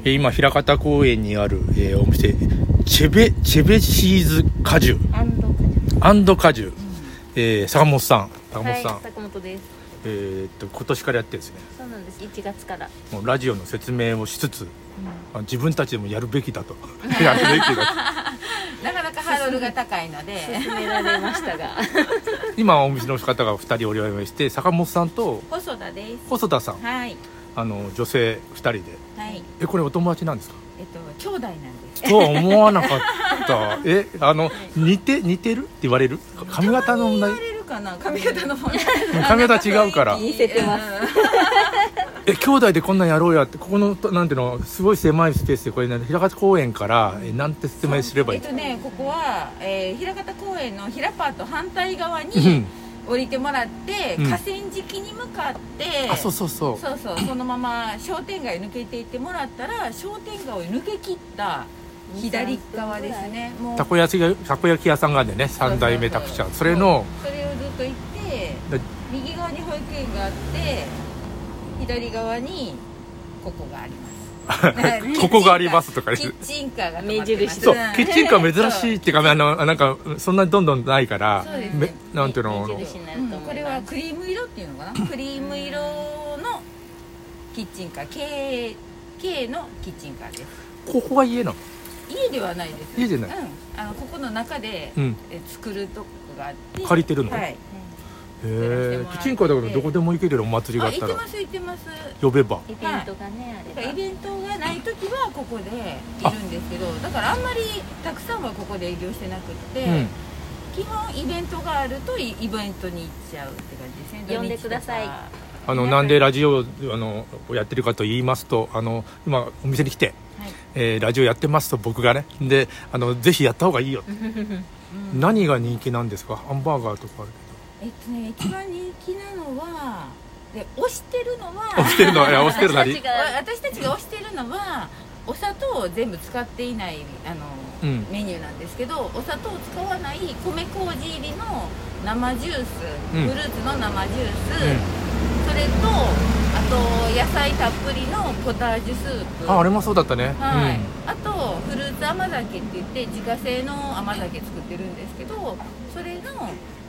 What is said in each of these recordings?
今枚方公園にある、お店チェベシーズ果汁アンド果汁、坂本さん、 坂本です。 今年からやってるんですね。 そうなんです。1月からもうラジオの説明をしつつ、自分たちでもやるべきだとやるべきだなかなかハードルが高いので勧められましたが今お店の方が2人おりまして、坂本さんと細田です。 細田さん、 はい、 女性2人で、 はい、 これお友達なんですか？ 兄弟なんですとは思わなかった似てるって言われる？髪型の問題？ 言われるかな、髪型の問題髪型違うから似せてます兄弟でこんなんやろうやって、ここのなんていうの、すごい狭いスペースで、これね、枚方公園からなんて説明すればいい？ ここは、枚方公園の平パート反対側に降りてもらって、河川敷に向かって、そのまま商店街抜けていってもらったら、商店街を抜け切った左側ですね。もうたこ焼き屋さんがあるんでね、3代目たくちゃん、それをずっと行って、右側に保育園があって、左側にここがありますここがありますとか、 キッチンカーが目印。 そう、キッチンカー珍しいっていうか、なんかそんなにどんどんないから、なんていうの、 これはクリーム色っていうのかな、クリーム色のキッチンカー、K のキッチンカーです。 ここが家なの？ 家ではないです。 家じゃない。 ここの中で作るとこがあって、 借りてるの？ はい。 キッチンカーだからどこでも行けるよ、お祭りがあったら。 行ってます。 呼べば。 イベントがね、あれば。 イベントがない時はここでいるんですけど、だからあんまりたくさんはここで営業してなくって、基本イベントがあるとイベントに行っちゃうって感じですね。 呼んでください。 なんでラジオをやってるかと言いますと、今お店に来て、ラジオやってますと、僕がね、でぜひやった方がいいよ何が人気なんですか？ハンバーガーとかあるけど、 一番人気なのは、推してるのは推してる何？ 私たちが推してるのはお砂糖を全部使っていないメニューなんですけど、お砂糖を使わない米麹入りの生ジュース、フルーツの生ジュース、それとあと野菜たっぷりのポタージュスープ、 あれもそうだったね。 あとフルーツ甘酒って言って自家製の甘酒作ってるんですけど、それの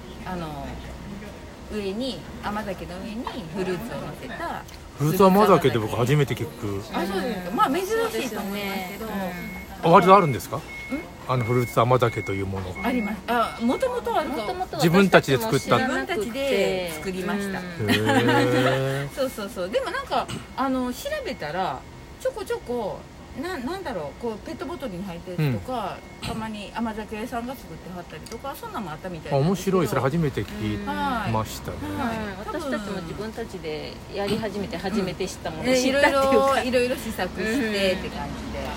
上に甘酒の上にフルーツを乗せたフルーツ甘酒って僕初めて聞く。 そうですか。まあ珍しいと思いますけど、 割とあるんですか？フルーツ甘酒というものがあります。もともとは自分たちで作った。 自分たちで作りました。そう。でもなんか調べたらちょこちょこなんだろう、こうペットボトルに入ったやつとか、たまに甘酒屋さんが作ってはったりとか、そんなのもあったみたいなんですけど。 面白い。それ初めて聞きましたね。 私たちも自分たちでやり始めて初めて知ったもの、知ったっていうか、 いろいろ試作してって感じで、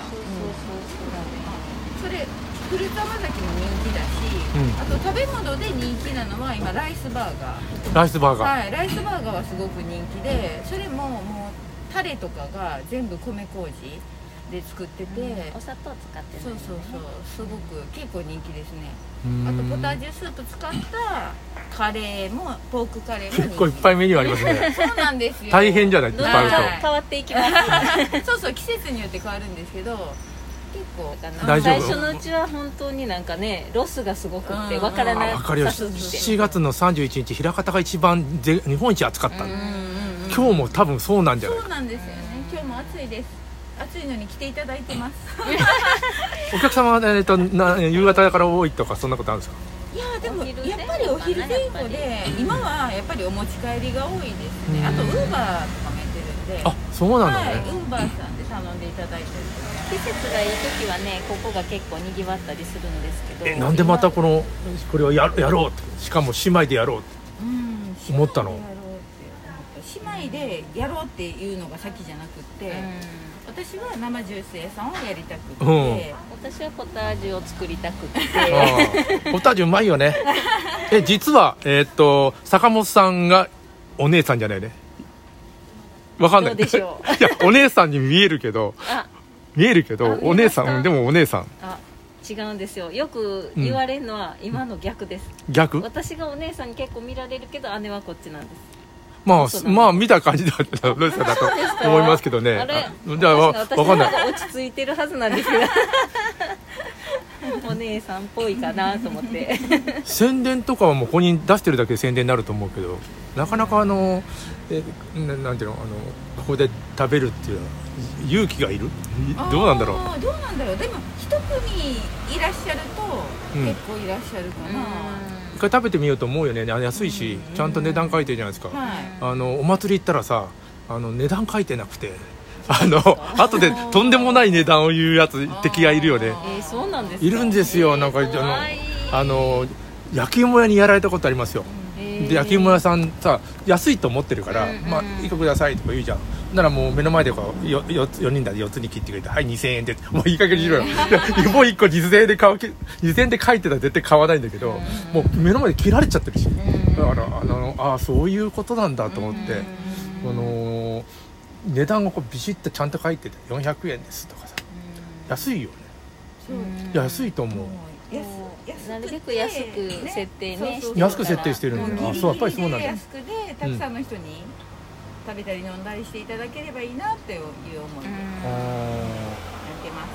それフルーツ甘酒も人気だし、あと食べ物で人気なのは今ライスバーガー。 ライスバーガー。 はい、ライスバーガーはすごく人気で、それもタレとかが全部米麹で作ってて、 お砂糖使ってる。 そう、すごく結構人気ですね。あとポタージュスープ使ったカレーも、ポークカレーも結構いっぱいメニューありますね。 そうなんですよ。 大変じゃない？いっぱいあると変わっていきますそう、季節によって変わるんですけど、結構大丈夫。 最初のうちは本当になんかね、ロスがすごくって分からなさすぎて、 7月の31日枚方が一番日本一暑かった。今日も多分そうなんじゃない？ そうなんですよね。今日も暑いです。暑いのに来ていただいてますお客様は、夕方から多いとかそんなことあるんですか？ いや、でもやっぱりお昼前後で、今はやっぱりお持ち帰りが多いですね。あとウーバーとかもやってるんで。 あ、そうなんだね。 ウーバーさんで頼んでいただいたりとか。 季節がいい時はね、ここが結構にぎわったりするんですけど、 なんでまたこれをやろうって、しかも姉妹でやろうって思ったの？ 姉妹でやろうっていうのが先じゃなくって、私は生ジュース屋さんをやりたくて、 私はポタージュを作りたくてポタージュうまいよね。実は坂本さんがお姉さんじゃないね。わかんない。 どうでしょう。 いや、お姉さんに見えるけどお姉さん、でもお姉さん。 違うんですよ。よく言われるのは今の逆です。 逆？ 私がお姉さんに結構見られるけど、姉はこっちなんです。 まあ見た感じだったらロイさんだと思いますけどね。 あれじゃあわかんない。 落ち着いてるはずなんですけどお姉さんっぽいかなと思って宣伝とかはもうここに出してるだけで宣伝になると思うけど、なかなかなんていうのここで食べるっていうのは勇気がいる。どうなんだろう。 どうなんだろう。でも一組いらっしゃると結構いらっしゃるかな。 一回食べてみようと思うよね。安いし、ちゃんと値段書いてるじゃないですか。お祭り行ったらさ、値段書いてなくて、後でとんでもない値段を言うやつ敵がいるよね。 そうなんですか。 いるんですよ。なんか焼き芋屋にやられたことありますよ。で焼き芋屋さんさ、安いと思ってるから、まあ1個くださいとか言うじゃん。ならもう目の前でこう 4人だで4つに切ってくれて、はい2000円で、もういい加減にしろよ。もう1個2000円で買う、2000円で書いてたら絶対買わないんだけど、もう目の前で切られちゃってるし、だからそういうことなんだと思って、値段をこうビシッとちゃんと書いてて400円ですとかさ、安いよね。安いと思う。 なるべく安く設定ね。 安く設定してるんだ。そう、やっぱりそうなんだ。 安くでたくさんの人に食べたり飲んだりしていただければいいなっていう思いでやってます。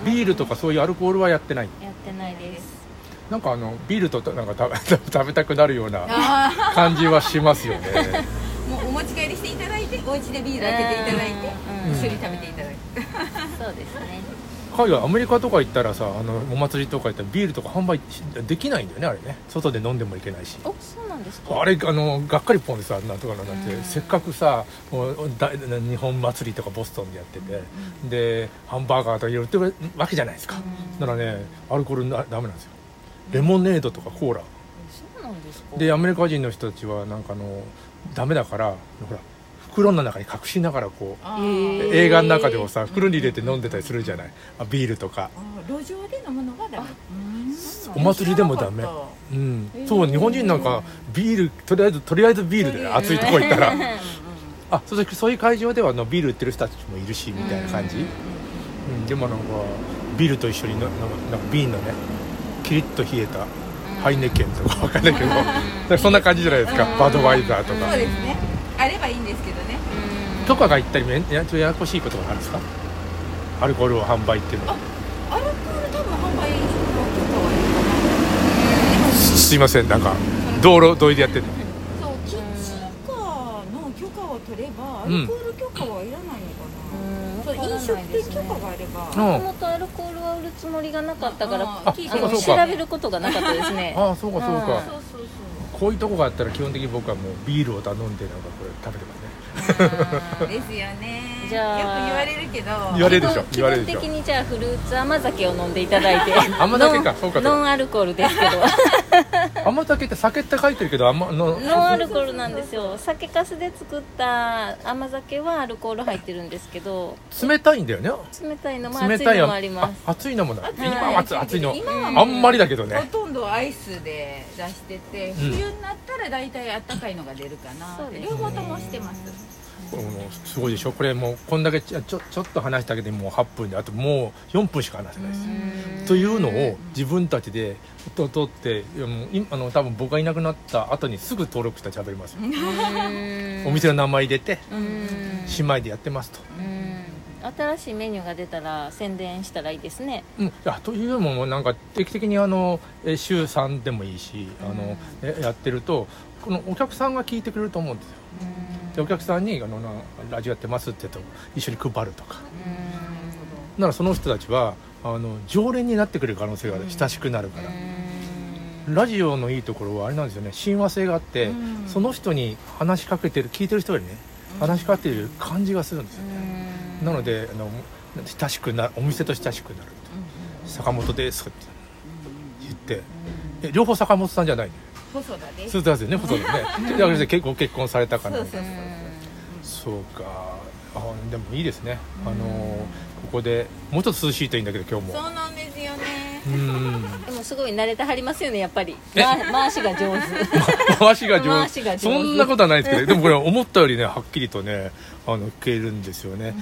ビールとかそういうアルコールはやってない。 やってないです。 なんかビールとなんか食べたくなるような感じはしますよね。 もうお持ち帰りしていただいて、お家でビール開けていただいて、一緒に食べていただいて。 そうですね。 海外アメリカとか行ったらさ、お祭りとか行ったらビールとか販売できないんだよね、あれね。外で飲んでもいけないし。 そうなんですか。 あれがっかりポンでさ、なんとかなんて、せっかくさ、日本祭りとかボストンでやってて、でハンバーガーとか売ってるわけじゃないですか。だからね、アルコールダメなんですよ。レモネードとかコーラ。 そうなんですか。 でアメリカ人の人たちはなんかダメだから、ほら袋の中に隠しながらこう映画の中でもさ、袋に入れて飲んでたりするじゃない。ビールとか路上で飲むのがダメ。 お祭りでもダメ。そう、日本人なんかビールとりあえずビールで暑いとこ行ったらそういう会場ではビール売ってる人たちもいるしみたいな感じ。でもなんかビールと一緒になんか瓶のね、キリッと冷えたハイネケンとか分かんないけどそんな感じじゃないですか。バドワイザーとか。 そうですね、あればいいんですけどね。 とかが言ったりややこしいことがあるんですか。アルコールを販売っていうのは。 アルコール多分販売の許可はいるかな。すいません、なんか道路沿いでやってるの。 そう、キッチンカーの許可を取ればアルコール許可はいらないのかな。そう、飲食店許可があれば。 もともとアルコールは売るつもりがなかったから調べることがなかったですね。 そうか。こういうとこがあったら基本的に僕はもうビールを頼んでなんかこれ食べてますね。 ですよね。 じゃあよく言われるけど。 言われるでしょ。 基本的にじゃあフルーツ甘酒を飲んでいただいて。 甘酒か、そうか。 ノンアルコールですけど。 甘酒って酒って書いてるけどノンアルコールなんですよ。酒粕で作った甘酒はアルコール入ってるんですけど。 冷たいんだよね。 冷たいのも熱いのもあります。 熱いのもだ。今は熱いのあんまりだけどね。 ほとんどアイスで出してて、冬になったらだいたいあったかいのが出るかな。両方ともしてます。 すごいでしょ。これもうこんだけちょっと話しただけでもう8分で、あともう4分しか話せないです。というのを自分たちで取って多分僕がいなくなった後にすぐ登録したら喋りますよ。お店の名前入れて姉妹でやってますと。 新しいメニューが出たら宣伝したらいいですね。 というのもなんか定期的に週3でもいいしやってると、このお客さんが聞いてくれると思うんですよ。でお客さんにラジオやってますって言うと一緒に配るとか。ならその人たちは常連になってくれる可能性がある。親しくなるから。ラジオのいいところはあれなんですよね。親和性があって、その人に話しかけてる、聞いてる人よりね話しかけている感じがするんですよね。なので親しくなる、お店と親しくなる。坂本ですって言って、両方坂本さんじゃないの。 細田です。 そうですよね、細田ね。だから結構結婚されたかな。そうか。でもいいですね。ここでもうちょっと涼しいといいんだけど今日も。 そうなんですよね。 でもすごい慣れてはりますよね、やっぱり。回しが上手。 回しが上手。そんなことはないですけど、でもこれ思ったよりねはっきりとね聞けるんですよね。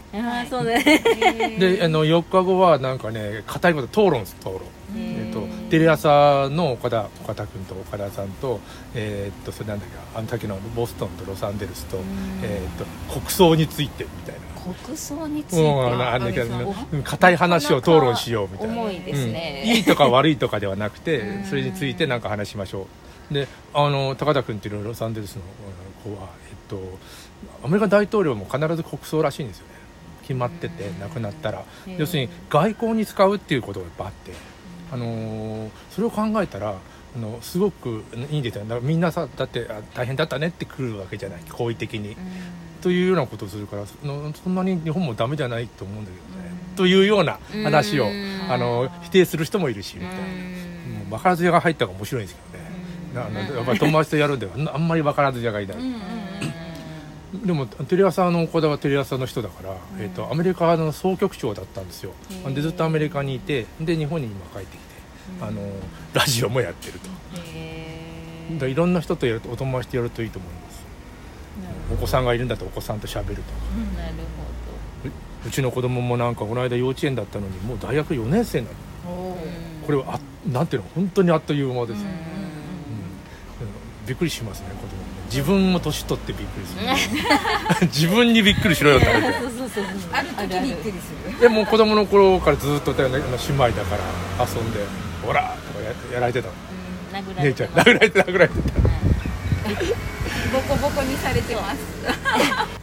そうね。で4日後はなんかね、固いこと討論。 テレ朝の岡田君と岡田さんと、それなんだっけ、あの時のボストンとロサンゼルスと、国葬についてみたいな。 国葬について固い話を討論しようみたいな。 重いですね、 いいとか悪いとかではなくてそれについてなんか話しましょう。で高田君っていうロサンゼルスの子は、アメリカ大統領も必ず国葬らしいんですよね。決まってて亡くなったら、要するに外交に使うっていうことがやっぱあって、それを考えたらすごくいいんですよ。だからみんなさ、だって大変だったねって来るわけじゃない、好意的に、というようなことをするから、そんなに日本もダメじゃないと思うんだけどね、というような話を否定する人もいるしみたいな。もう分からず屋が入った方が面白いんですけどね。やっぱり友達とやるんであんまり分からず屋がいない。でもテレ朝の岡田はテレ朝の人だから、アメリカの総局長だったんですよ。でずっとアメリカにいて、で日本に今帰ってきて、ラジオもやってると。だいろんな人とやると、お友達とやるといいと思います。お子さんがいるんだとお子さんと喋るとか、 なるほど。 うちの子供もなんかこの間幼稚園だったのにもう大学4年生になる。これはなんていうの、本当にあっという間ですよ、びっくりしますね、子供。自分も年取ってびっくりする自分にびっくりしろよってあるじゃん。 ある時びっくりする。 でも子供の頃からずっと姉妹だから遊んで「ほら!」とか やられてたの。姉ちゃん殴られてたボコボコにされてます